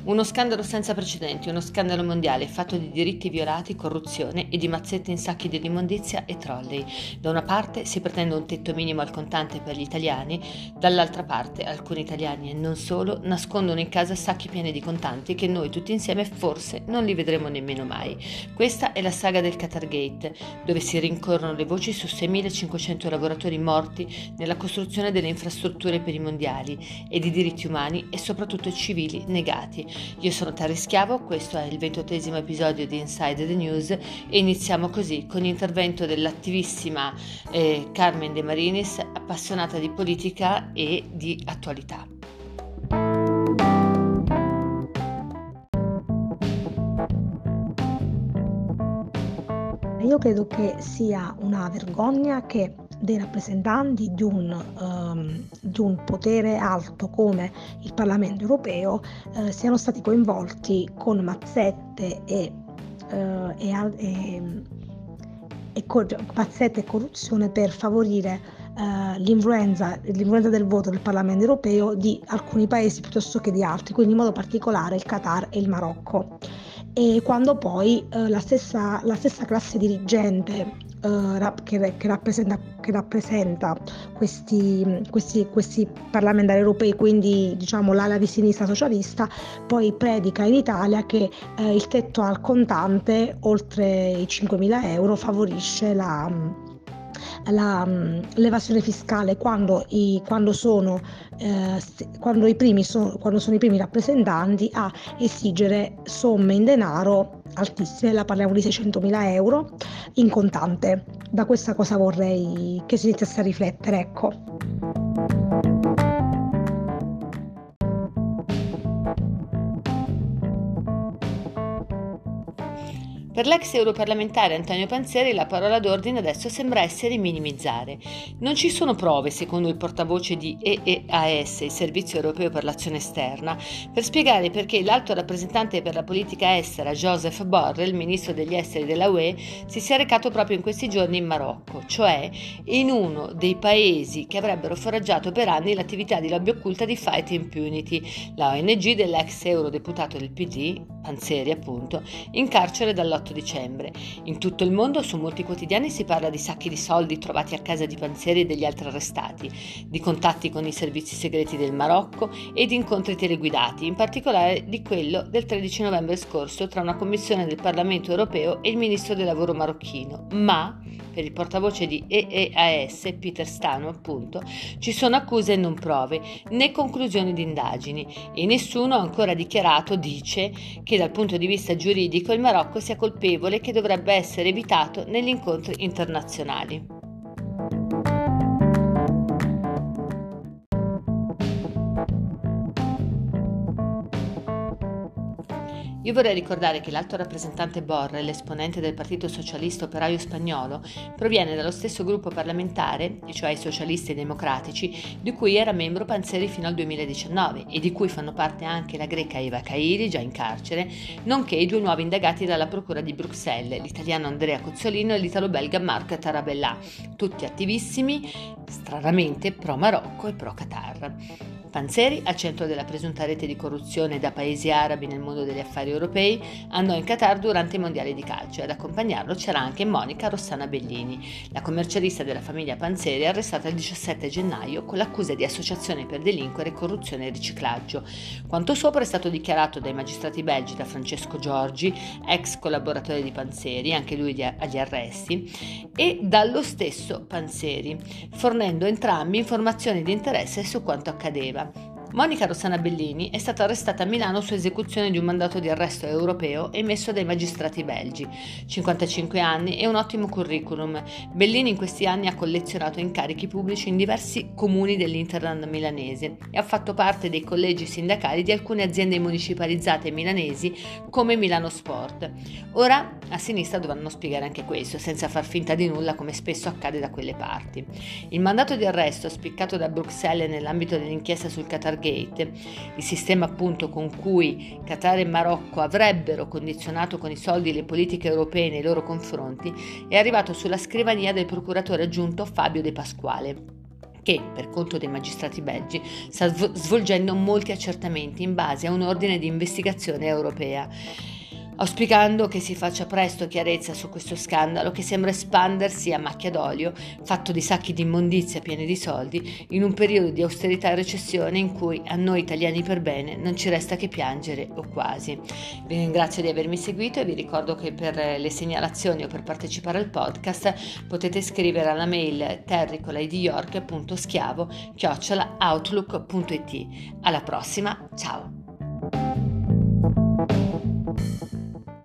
Uno scandalo senza precedenti, uno scandalo mondiale fatto di diritti violati, corruzione e di mazzette in sacchi di immondizia e trolley. Da una parte si pretende un tetto minimo al contante per gli italiani, dall'altra parte alcuni italiani e non solo nascondono in casa sacchi pieni di contanti che noi tutti insieme forse non li vedremo nemmeno mai. Questa è la saga del Qatargate, dove si rincorrono le voci su 6.500 lavoratori morti nella costruzione delle infrastrutture per i mondiali e di diritti umani e soprattutto civili negati. Io sono Terry Schiavo, questo è il 28esimo episodio di Inside the News e iniziamo così con l'intervento dell'attivissima Carmen De Marinis, appassionata di politica e di attualità. Io credo che sia una vergogna che dei rappresentanti di un potere alto come il Parlamento europeo siano stati coinvolti con mazzette e corruzione per favorire l'influenza del voto del Parlamento europeo di alcuni paesi piuttosto che di altri, quindi in modo particolare il Qatar e il Marocco. E quando poi la stessa classe dirigente che rappresenta questi parlamentari europei, quindi diciamo l'ala di sinistra socialista, poi predica in Italia che il tetto al contante oltre i 5.000 euro favorisce l'evasione fiscale quando sono i primi rappresentanti a esigere somme in denaro altissime, la parliamo di 600.000 euro in contante. Da questa cosa vorrei che si iniziasse a riflettere, ecco. Per l'ex europarlamentare Antonio Panzeri la parola d'ordine adesso sembra essere minimizzare. Non ci sono prove, secondo il portavoce di EEAS, il Servizio Europeo per l'Azione Esterna, per spiegare perché l'alto rappresentante per la politica estera Josep Borrell, ministro degli esteri della UE, si sia recato proprio in questi giorni in Marocco, cioè in uno dei paesi che avrebbero foraggiato per anni l'attività di lobby occulta di Fight Impunity, la ONG dell'ex eurodeputato del PD, Panzeri appunto, in carcere dall'8 dicembre. In tutto il mondo, su molti quotidiani si parla di sacchi di soldi trovati a casa di Panzeri e degli altri arrestati, di contatti con i servizi segreti del Marocco e di incontri teleguidati, in particolare di quello del 13 novembre scorso tra una commissione del Parlamento europeo e il ministro del lavoro marocchino. Ma, per il portavoce di EEAS, Peter Stano appunto, ci sono accuse e non prove, né conclusioni di indagini, e nessuno ha ancora dichiarato, dice, che dal punto di vista giuridico il Marocco sia colpevole che dovrebbe essere evitato negli incontri internazionali. Io vorrei ricordare che l'alto rappresentante Borrell, l'esponente del Partito Socialista Operaio Spagnolo, proviene dallo stesso gruppo parlamentare, e cioè i Socialisti Democratici, di cui era membro Panzeri fino al 2019 e di cui fanno parte anche la greca Eva Kaili, già in carcere, nonché i due nuovi indagati dalla Procura di Bruxelles, l'italiano Andrea Cozzolino e l'italo-belga Marc Tarabella, tutti attivissimi, stranamente pro Marocco e pro Qatar. Panzeri, al centro della presunta rete di corruzione da paesi arabi nel mondo degli affari europei, andò in Qatar durante i mondiali di calcio e ad accompagnarlo c'era anche Monica Rossana Bellini, la commercialista della famiglia Panzeri arrestata il 17 gennaio con l'accusa di associazione per delinquere, corruzione e riciclaggio. Quanto sopra è stato dichiarato dai magistrati belgi da Francesco Giorgi, ex collaboratore di Panzeri, anche lui agli arresti, e dallo stesso Panzeri, fornendo entrambi informazioni di interesse su quanto accadeva. Monica Rossana Bellini è stata arrestata a Milano su esecuzione di un mandato di arresto europeo emesso dai magistrati belgi. 55 anni e un ottimo curriculum. Bellini in questi anni ha collezionato incarichi pubblici in diversi comuni dell'Interland milanese e ha fatto parte dei collegi sindacali di alcune aziende municipalizzate milanesi come Milano Sport. Ora a sinistra dovranno spiegare anche questo, senza far finta di nulla come spesso accade da quelle parti. Il mandato di arresto spiccato da Bruxelles nell'ambito dell'inchiesta sul Qatargate, il sistema appunto con cui Qatar e Marocco avrebbero condizionato con i soldi le politiche europee nei loro confronti, è arrivato sulla scrivania del procuratore aggiunto Fabio De Pasquale. che, per conto dei magistrati belgi, sta svolgendo molti accertamenti in base a un ordine di investigazione europea, auspicando che si faccia presto chiarezza su questo scandalo che sembra espandersi a macchia d'olio, fatto di sacchi di immondizia pieni di soldi, in un periodo di austerità e recessione in cui a noi italiani per bene non ci resta che piangere o quasi. Vi ringrazio di avermi seguito e vi ricordo che per le segnalazioni o per partecipare al podcast potete scrivere alla mail terricolaidiyork.schiavo@outlook.it. Alla prossima, ciao!